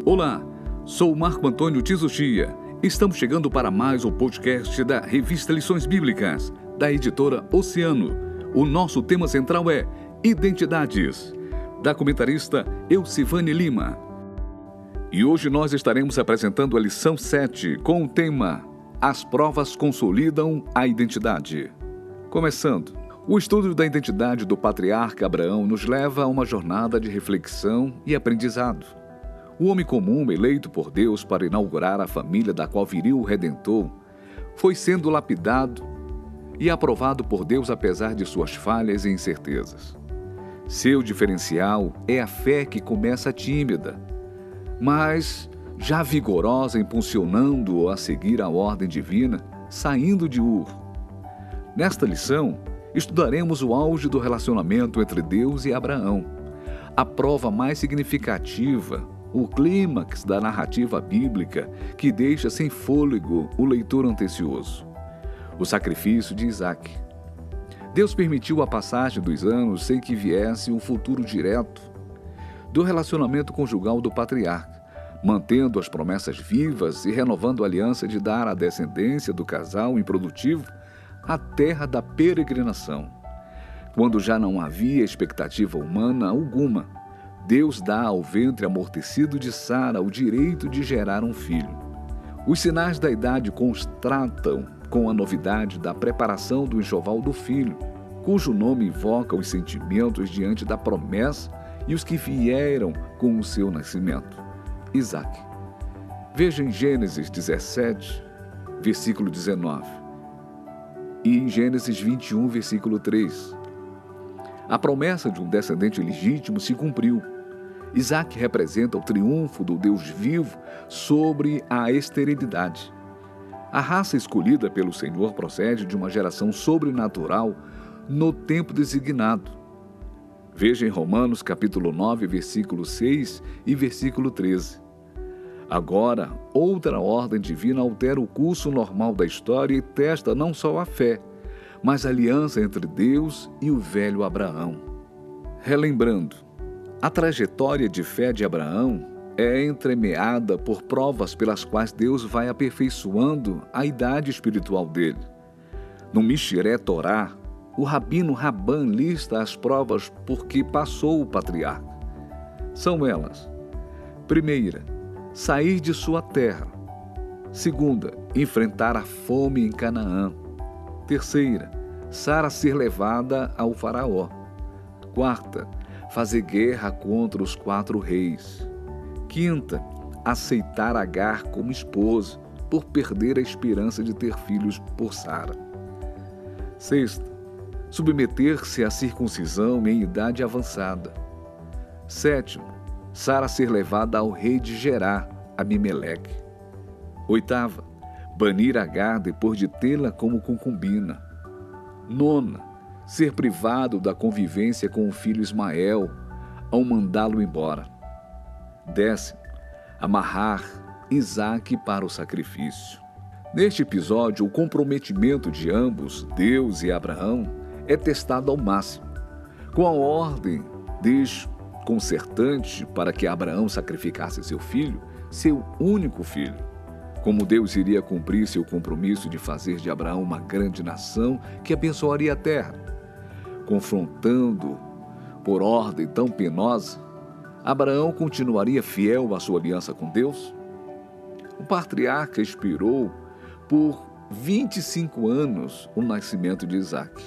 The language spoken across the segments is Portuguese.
Olá, sou Marco Antônio Tizuchia. Estamos chegando para mais um podcast da revista Lições Bíblicas, da editora Oceano. O nosso tema central é Identidades, da comentarista Elcivane Lima. E hoje nós estaremos apresentando a lição 7 com o tema As provas consolidam a identidade. Começando, o estudo da identidade do patriarca Abraão nos leva a uma jornada de reflexão e aprendizado. O homem comum, eleito por Deus para inaugurar a família da qual viria o Redentor, foi sendo lapidado e aprovado por Deus apesar de suas falhas e incertezas. Seu diferencial é a fé que começa tímida, mas já vigorosa, impulsionando-o a seguir a ordem divina, saindo de Ur. Nesta lição, estudaremos o auge do relacionamento entre Deus e Abraão, a prova mais significativa, o clímax da narrativa bíblica que deixa sem fôlego o leitor ansioso. O sacrifício de Isaque. Deus permitiu a passagem dos anos sem que viesse um futuro direto do relacionamento conjugal do patriarca, mantendo as promessas vivas e renovando a aliança de dar à descendência do casal improdutivo a terra da peregrinação. Quando já não havia expectativa humana alguma, Deus dá ao ventre amortecido de Sara o direito de gerar um filho. Os sinais da idade contrastam com a novidade da preparação do enxoval do filho, cujo nome invoca os sentimentos diante da promessa e os que vieram com o seu nascimento. Isaque. Veja em Gênesis 17, versículo 19, e em Gênesis 21, versículo 3. A promessa de um descendente legítimo se cumpriu. Isaque representa o triunfo do Deus vivo sobre a esterilidade. A raça escolhida pelo Senhor procede de uma geração sobrenatural no tempo designado. Veja em Romanos capítulo 9, versículo 6 e versículo 13. Agora, outra ordem divina altera o curso normal da história e testa não só a fé, mas a aliança entre Deus e o velho Abraão. Relembrando, a trajetória de fé de Abraão é entremeada por provas pelas quais Deus vai aperfeiçoando a idade espiritual dele. No Mishiré Torá, o rabino Raban lista as provas por que passou o patriarca. São elas: primeira, sair de sua terra. Segunda, enfrentar a fome em Canaã. Terceira, Sara ser levada ao faraó. Quarta, fazer guerra contra os 4 reis. Quinta, aceitar Agar como esposa, por perder a esperança de ter filhos por Sara. Sexta, submeter-se à circuncisão em idade avançada. Sétimo, Sara ser levada ao rei de Gerá, Abimeleque. Oitava, banir Agar depois de tê-la como concubina. Nona, ser privado da convivência com o filho Ismael ao mandá-lo embora. 10º, amarrar Isaque para o sacrifício. Neste episódio, o comprometimento de ambos, Deus e Abraão, é testado ao máximo, com a ordem desconcertante para que Abraão sacrificasse seu filho, seu único filho. Como Deus iria cumprir seu compromisso de fazer de Abraão uma grande nação que abençoaria a terra. Confrontando por ordem tão penosa, Abraão continuaria fiel à sua aliança com Deus? O patriarca esperou por 25 anos o nascimento de Isaque.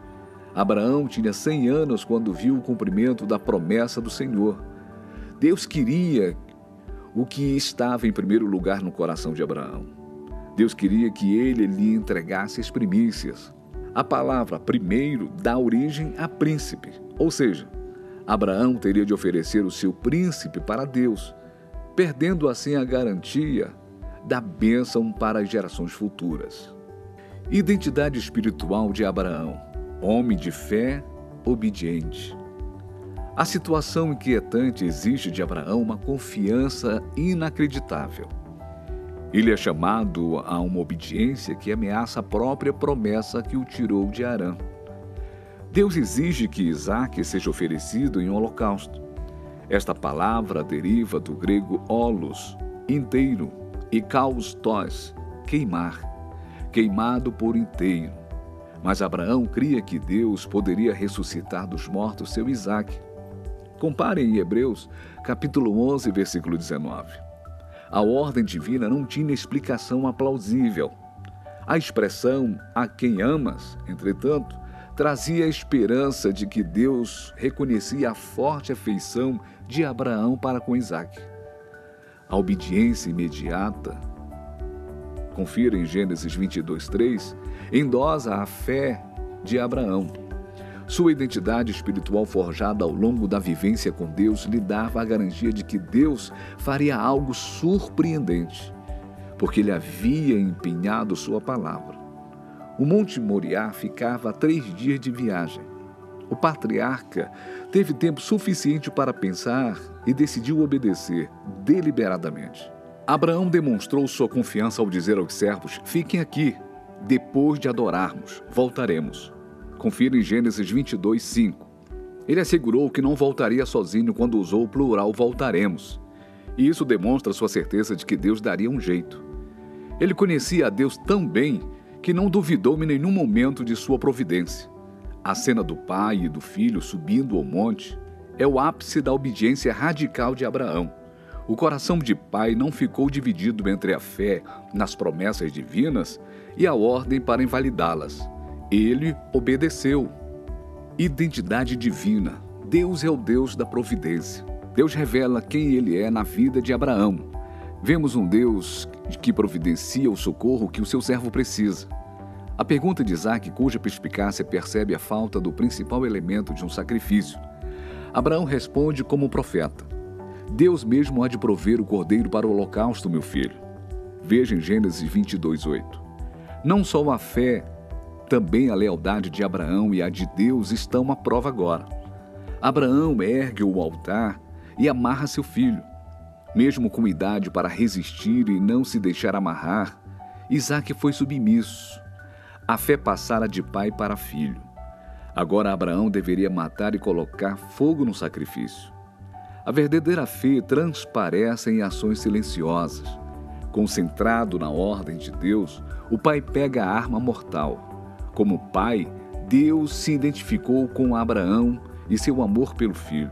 Abraão tinha 100 anos quando viu o cumprimento da promessa do Senhor. Deus queria o que estava em primeiro lugar no coração de Abraão. Deus queria que ele lhe entregasse as primícias. A palavra primeiro dá origem a príncipe, ou seja, Abraão teria de oferecer o seu príncipe para Deus, perdendo assim a garantia da bênção para as gerações futuras. Identidade espiritual de Abraão: homem de fé, obediente. A situação inquietante exige de Abraão uma confiança inacreditável. Ele é chamado a uma obediência que ameaça a própria promessa que o tirou de Harã. Deus exige que Isaque seja oferecido em holocausto. Esta palavra deriva do grego holos, inteiro, e kaustos, queimar, queimado por inteiro. Mas Abraão cria que Deus poderia ressuscitar dos mortos seu Isaque. Compare em Hebreus, capítulo 11, versículo 19. A ordem divina não tinha explicação aplausível. A expressão "a quem amas", entretanto, trazia a esperança de que Deus reconhecia a forte afeição de Abraão para com Isaque. A obediência imediata, confira em Gênesis 22:3, endossa a fé de Abraão. Sua identidade espiritual forjada ao longo da vivência com Deus lhe dava a garantia de que Deus faria algo surpreendente, porque ele havia empenhado sua palavra. O Monte Moriá ficava a 3 dias de viagem. O patriarca teve tempo suficiente para pensar e decidiu obedecer deliberadamente. Abraão demonstrou sua confiança ao dizer aos servos: "Fiquem aqui, depois de adorarmos, voltaremos." Confira em Gênesis 22:5. Ele assegurou que não voltaria sozinho quando usou o plural "voltaremos." E isso demonstra sua certeza de que Deus daria um jeito. Ele conhecia a Deus tão bem que não duvidou em nenhum momento de sua providência. A cena do pai e do filho subindo ao monte é o ápice da obediência radical de Abraão. O coração de pai não ficou dividido entre a fé nas promessas divinas e a ordem para invalidá-las. Ele obedeceu. Identidade divina. Deus é o Deus da providência. Deus revela quem Ele é na vida de Abraão. Vemos um Deus que providencia o socorro que o seu servo precisa. A pergunta de Isaque, cuja perspicácia percebe a falta do principal elemento de um sacrifício. Abraão responde como profeta: "Deus mesmo há de prover o cordeiro para o holocausto, meu filho." Veja em Gênesis 22:8. Não só a fé, também a lealdade de Abraão e a de Deus estão à prova agora. Abraão ergue o altar e amarra seu filho. Mesmo com idade para resistir e não se deixar amarrar, Isaque foi submisso. A fé passara de pai para filho. Agora Abraão deveria matar e colocar fogo no sacrifício. A verdadeira fé transparece em ações silenciosas. Concentrado na ordem de Deus, o pai pega a arma mortal. Como pai, Deus se identificou com Abraão e seu amor pelo filho.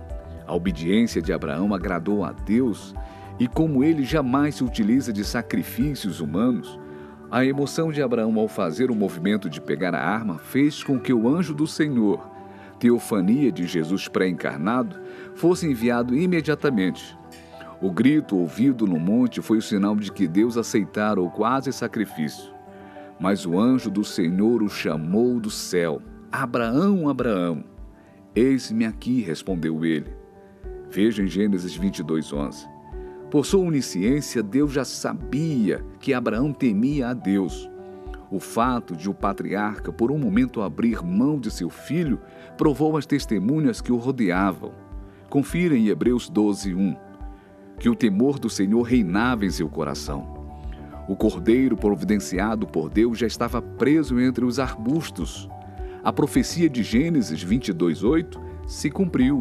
A obediência de Abraão agradou a Deus e, como ele jamais se utiliza de sacrifícios humanos, a emoção de Abraão ao fazer o movimento de pegar a arma fez com que o anjo do Senhor, teofania de Jesus pré-encarnado, fosse enviado imediatamente. O grito ouvido no monte foi o sinal de que Deus aceitara o quase sacrifício. Mas o anjo do Senhor o chamou do céu: "Abraão, Abraão." "Eis-me aqui", respondeu ele. Veja em Gênesis 22:11. Por sua onisciência, Deus já sabia que Abraão temia a Deus. O fato de o patriarca, por um momento, abrir mão de seu filho, provou às testemunhas que o rodeavam. Confira em Hebreus 12:1, que o temor do Senhor reinava em seu coração. O cordeiro providenciado por Deus já estava preso entre os arbustos. A profecia de Gênesis 22:8 se cumpriu.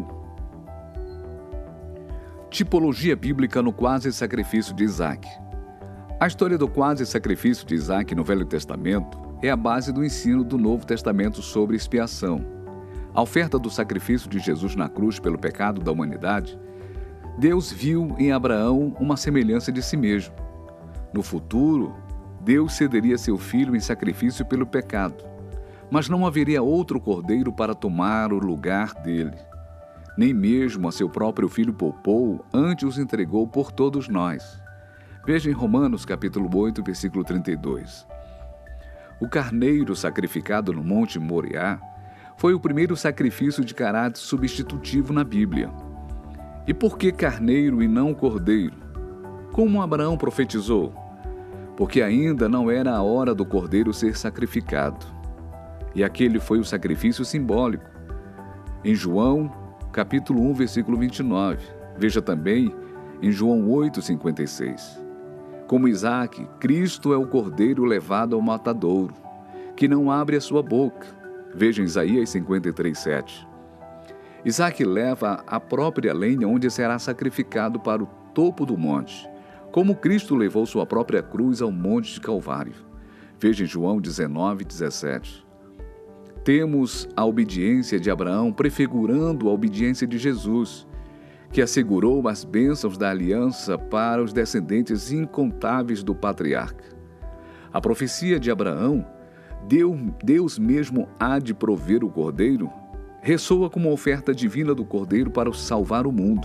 Tipologia bíblica no quase sacrifício de Isaque. A história do quase sacrifício de Isaque no Velho Testamento é a base do ensino do Novo Testamento sobre expiação. A oferta do sacrifício de Jesus na cruz pelo pecado da humanidade, Deus viu em Abraão uma semelhança de si mesmo. No futuro, Deus cederia seu filho em sacrifício pelo pecado, mas não haveria outro cordeiro para tomar o lugar dele. Nem mesmo a seu próprio filho poupou, antes os entregou por todos nós. Veja em Romanos capítulo 8, versículo 32. O carneiro sacrificado no Monte Moriá foi o primeiro sacrifício de caráter substitutivo na Bíblia. E por que carneiro e não cordeiro? Como Abraão profetizou? Porque ainda não era a hora do cordeiro ser sacrificado. E aquele foi o sacrifício simbólico. Em João capítulo 1, versículo 29. Veja também em João 8:56. Como Isaque, Cristo é o cordeiro levado ao matadouro, que não abre a sua boca. Veja em Isaías 53:7. Isaque leva a própria lenha onde será sacrificado para o topo do monte, como Cristo levou sua própria cruz ao monte de Calvário. Veja em João 19:17. Temos a obediência de Abraão prefigurando a obediência de Jesus, que assegurou as bênçãos da aliança para os descendentes incontáveis do patriarca. A profecia de Abraão, Deus mesmo há de prover o cordeiro, ressoa como uma oferta divina do cordeiro para salvar o mundo.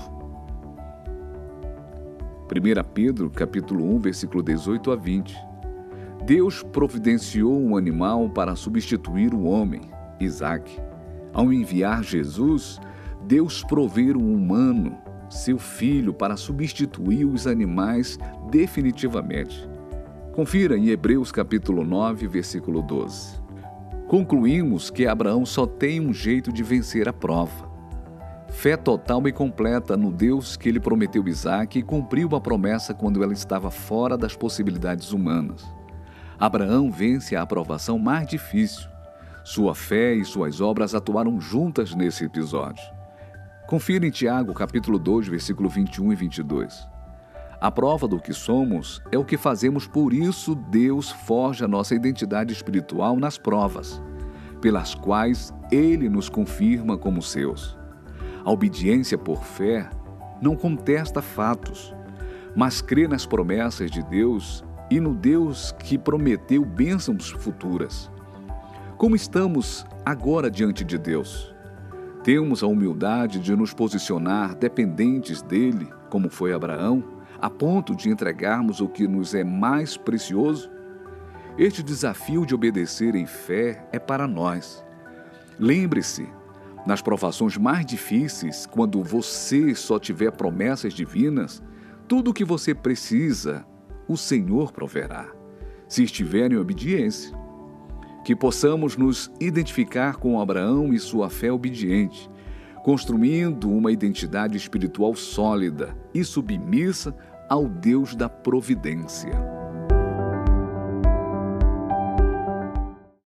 1 Pedro, capítulo 1, versículo 18 a 20. Deus providenciou um animal para substituir o homem, Isaque. Ao enviar Jesus, Deus proveu um humano, seu filho, para substituir os animais definitivamente. Confira em Hebreus capítulo 9, versículo 12. Concluímos que Abraão só tem um jeito de vencer a prova. Fé total e completa no Deus que lhe prometeu Isaque e cumpriu a promessa quando ela estava fora das possibilidades humanas. Abraão vence a aprovação mais difícil. Sua fé e suas obras atuaram juntas nesse episódio. Confira em Tiago, capítulo 2, versículo 21 e 22. A prova do que somos é o que fazemos, por isso Deus forja nossa identidade espiritual nas provas, pelas quais Ele nos confirma como seus. A obediência por fé não contesta fatos, mas crê nas promessas de Deus e no Deus que prometeu bênçãos futuras. Como estamos agora diante de Deus? Temos a humildade de nos posicionar dependentes dele, como foi Abraão, a ponto de entregarmos o que nos é mais precioso? Este desafio de obedecer em fé é para nós. Lembre-se, nas provações mais difíceis, quando você só tiver promessas divinas, tudo o que você precisa, o Senhor proverá, se estiver em obediência. Que possamos nos identificar com Abraão e sua fé obediente, construindo uma identidade espiritual sólida e submissa ao Deus da providência.